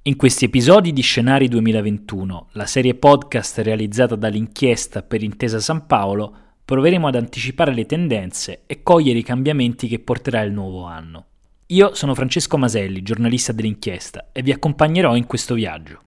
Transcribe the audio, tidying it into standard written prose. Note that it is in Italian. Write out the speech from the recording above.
In questi episodi di Scenari 2021, la serie podcast realizzata dall'Inchiesta per Intesa San Paolo, proveremo ad anticipare le tendenze e cogliere i cambiamenti che porterà il nuovo anno. Io sono Francesco Maselli, giornalista dell'Inchiesta, e vi accompagnerò in questo viaggio.